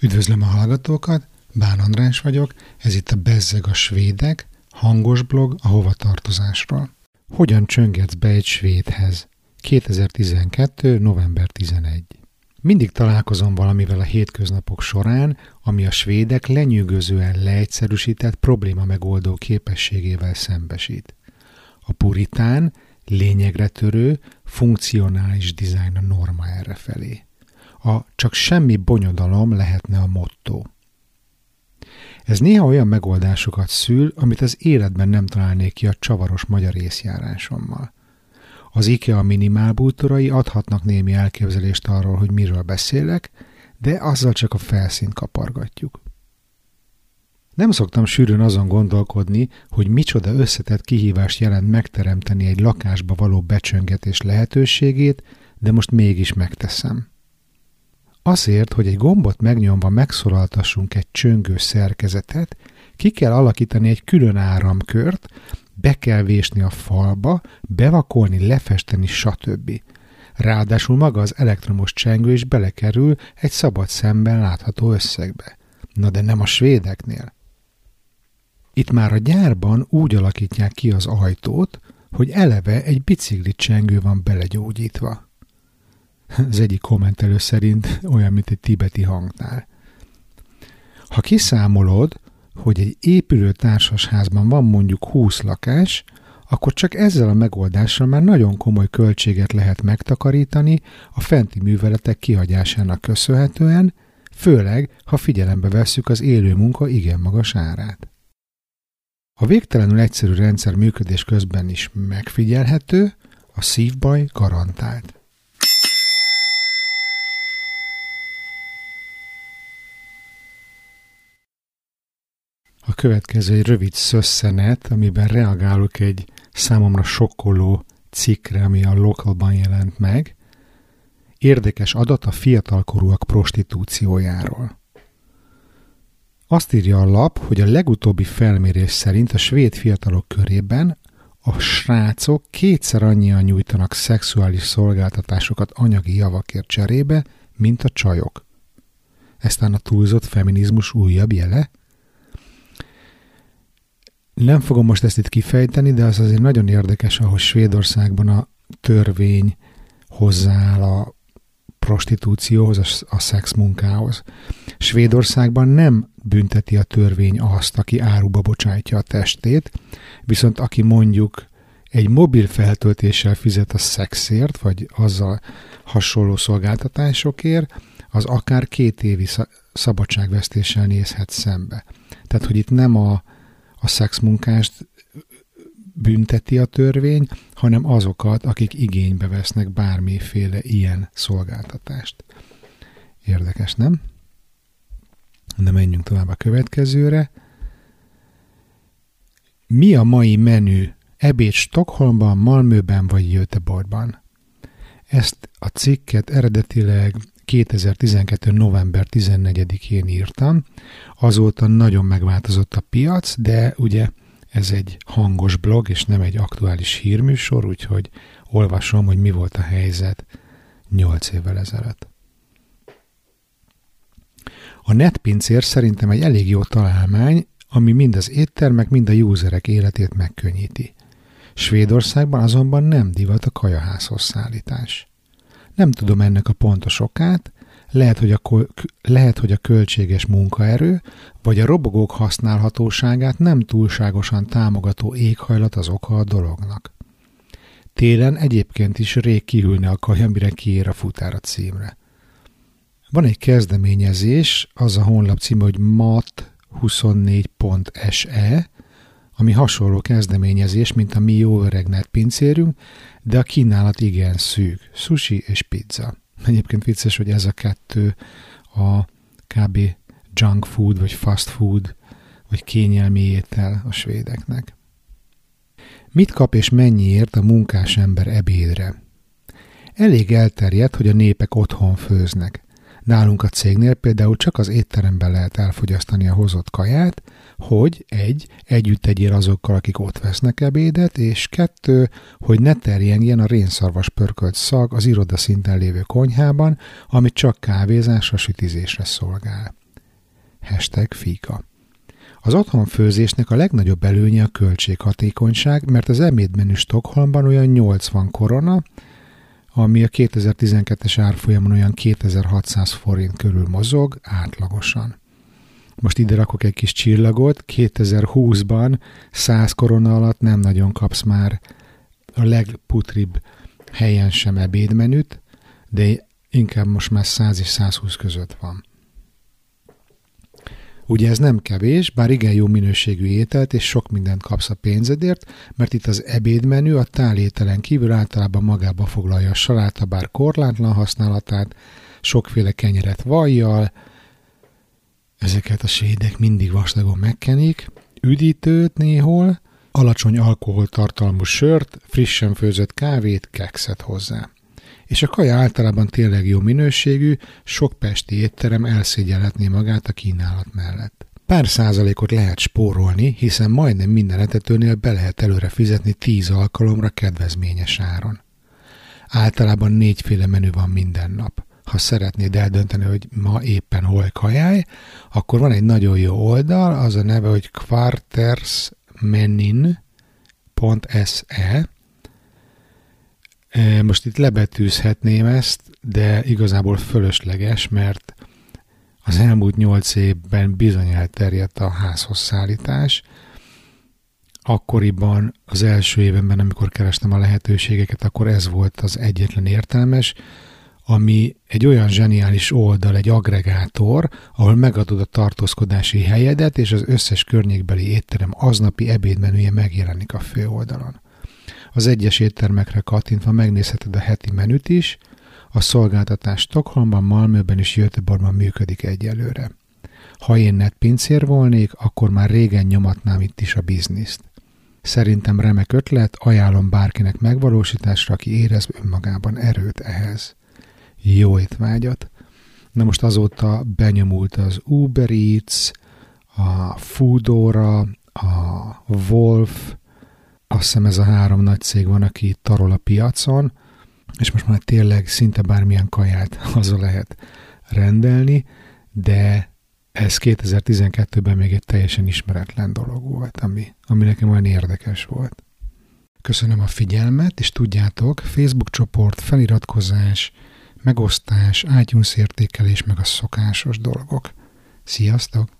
Üdvözlöm a hallgatókat, Bán András vagyok, ez itt a Bezzeg a svédek, hangos blog a hovatartozásról. Hogyan csöngetsz be egy svédhez? 2012. november 11. Mindig találkozom valamivel a hétköznapok során, ami a svédek lenyűgözően leegyszerűsített probléma megoldó képességével szembesít. A puritán, lényegre törő, funkcionális dizájn a norma errefelé. A csak semmi bonyodalom lehetne a motto. Ez néha olyan megoldásokat szül, amit az életben nem találnék ki a csavaros magyar észjárásommal. Az IKEA minimálbútorai adhatnak némi elképzelést arról, hogy miről beszélek, de azzal csak a felszínt kapargatjuk. Nem szoktam sűrűn azon gondolkodni, hogy micsoda összetett kihívást jelent megteremteni egy lakásba való becsöngetés lehetőségét, de most mégis megteszem. Azért, hogy egy gombot megnyomva megszólaltassunk egy csöngő szerkezetet, ki kell alakítani egy külön áramkört, be kell vésni a falba, bevakolni, lefesteni, stb. Ráadásul maga az elektromos csengő is belekerül egy szabad szemben látható összegbe. Na de nem a svédeknél. Itt már a gyárban úgy alakítják ki az ajtót, hogy eleve egy biciklicsengő van belegyógyítva. Az egyik kommentelő szerint olyan, mint egy tibeti hangtár. Ha kiszámolod, hogy egy épülő társasházban van mondjuk 20 lakás, akkor csak ezzel a megoldással már nagyon komoly költséget lehet megtakarítani a fenti műveletek kihagyásának köszönhetően, főleg, ha figyelembe vesszük az élő munka igen magas árát. A végtelenül egyszerű rendszer működés közben is megfigyelhető, a szívbaj garantált. A következő egy rövid szösszenet, amiben reagálok egy számomra sokkoló cikkre, ami a Localban jelent meg. Érdekes adat a fiatalkorúak prostitúciójáról. Azt írja a lap, hogy a legutóbbi felmérés szerint a svéd fiatalok körében a srácok 2-szer annyian nyújtanak szexuális szolgáltatásokat anyagi javakért cserébe, mint a csajok. Eztán a túlzott feminizmus újabb jele? Nem fogom most ezt itt kifejteni, de az azért nagyon érdekes, ahogy Svédországban a törvény hozzááll a prostitúcióhoz, a szexmunkához. Svédországban nem bünteti a törvény azt, aki áruba bocsájtja a testét, viszont aki mondjuk egy mobil feltöltéssel fizet a szexért, vagy azzal hasonló szolgáltatásokért, az akár 2 évi szabadságvesztéssel nézhet szembe. Tehát, hogy itt nem a szexmunkást bünteti a törvény, hanem azokat, akik igénybe vesznek bármiféle ilyen szolgáltatást. Érdekes, nem? De menjünk tovább a következőre. Mi a mai menü? Ebéd Stockholmban, Malmöben vagy Göteborgban? Ezt a cikket eredetileg 2012. november 14-én írtam. Azóta nagyon megváltozott a piac, de ugye ez egy hangos blog, és nem egy aktuális hírműsor, úgyhogy olvasom, hogy mi volt a helyzet 8 évvel ezelőtt. A netpincér szerintem egy elég jó találmány, ami mind az éttermek, mind a userek életét megkönnyíti. Svédországban azonban nem divat a kajaházhoz szállítás. Nem tudom ennek a pontos okát, lehet, hogy a költséges munkaerő, vagy a robogók használhatóságát nem túlságosan támogató éghajlat az oka a dolognak. Télen egyébként is rég kihűlne a kaja, mire kiér a futár a címre. Van egy kezdeményezés, az a honlap címe, hogy mat24.se, ami hasonló kezdeményezés, mint a mi jó öreg netpincérünk, de a kínálat igen szűk, sushi és pizza. Egyébként vicces, hogy ez a kettő a kb. Junk food, vagy fast food, vagy kényelmi étel a svédeknek. Mit kap és mennyiért a munkás ember ebédre? Elég elterjedt, hogy a népek otthon főznek. Nálunk a cégnél például csak az étteremben lehet elfogyasztani a hozott kaját, hogy együtt tegyél azokkal, akik ott vesznek ebédet, és 2, hogy ne terjengjen a rénszarvas pörkölt szag az irodaszinten lévő konyhában, amit csak kávézásra, sütizésre szolgál. #fika. Az otthonfőzésnek a legnagyobb előnye a költséghatékonyság, mert az ebédmenü Stockholmban olyan 80 korona, ami a 2012-es árfolyamon olyan 2600 forint körül mozog átlagosan. Most ide rakok egy kis csillagot, 2020-ban 100 korona alatt nem nagyon kapsz már a legputribb helyen sem ebédmenüt, de inkább most már 100 és 120 között van. Ugye ez nem kevés, bár igen jó minőségű ételt és sok mindent kapsz a pénzedért, mert itt az ebédmenü a tálételen kívül általában magába foglalja a saláta bár korlátlan használatát, sokféle kenyeret vajjal, ezeket a svédek mindig vastagon megkenik, üdítőt néhol, alacsony alkoholtartalmú sört, frissen főzött kávét, kekszet hozzá. És a kaja általában tényleg jó minőségű, sok pesti étterem elszégyelhetné magát a kínálat mellett. Pár százalékot lehet spórolni, hiszen majdnem minden etetőnél be lehet előre fizetni 10 alkalomra kedvezményes áron. Általában 4 féle menü van minden nap. Ha szeretnéd eldönteni, hogy ma éppen hol kajálj, akkor van egy nagyon jó oldal, az a neve, hogy kvartersmenin.se. Most itt lebetűzhetném ezt, de igazából fölösleges, mert az elmúlt 8 évben bizony elterjedt a házhoz szállítás. Akkoriban, az első évemben, amikor kerestem a lehetőségeket, akkor ez volt az egyetlen értelmes, ami egy olyan zseniális oldal, egy aggregátor, ahol megadod a tartózkodási helyedet, és az összes környékbeli étterem aznapi ebédmenüje megjelenik a főoldalon. Az egyes éttermekre kattintva megnézheted a heti menüt is, a szolgáltatás Stockholmban, Malmöben és Göteborgban működik egyelőre. Ha én netpincér volnék, akkor már régen nyomatnám itt is a bizniszt. Szerintem remek ötlet, ajánlom bárkinek megvalósításra, aki érez önmagában erőt ehhez. Jó étvágyat! Na most azóta benyomult az Uber Eats, a Foodora, a Wolf, azt hiszem ez a 3 nagy cég van, aki tarol a piacon, és most már tényleg szinte bármilyen kaját haza lehet rendelni, de ez 2012-ben még egy teljesen ismeretlen dolog volt, ami nekem olyan érdekes volt. Köszönöm a figyelmet, és tudjátok, Facebook csoport, feliratkozás, megosztás, iTunes értékelés, meg a szokásos dolgok. Sziasztok!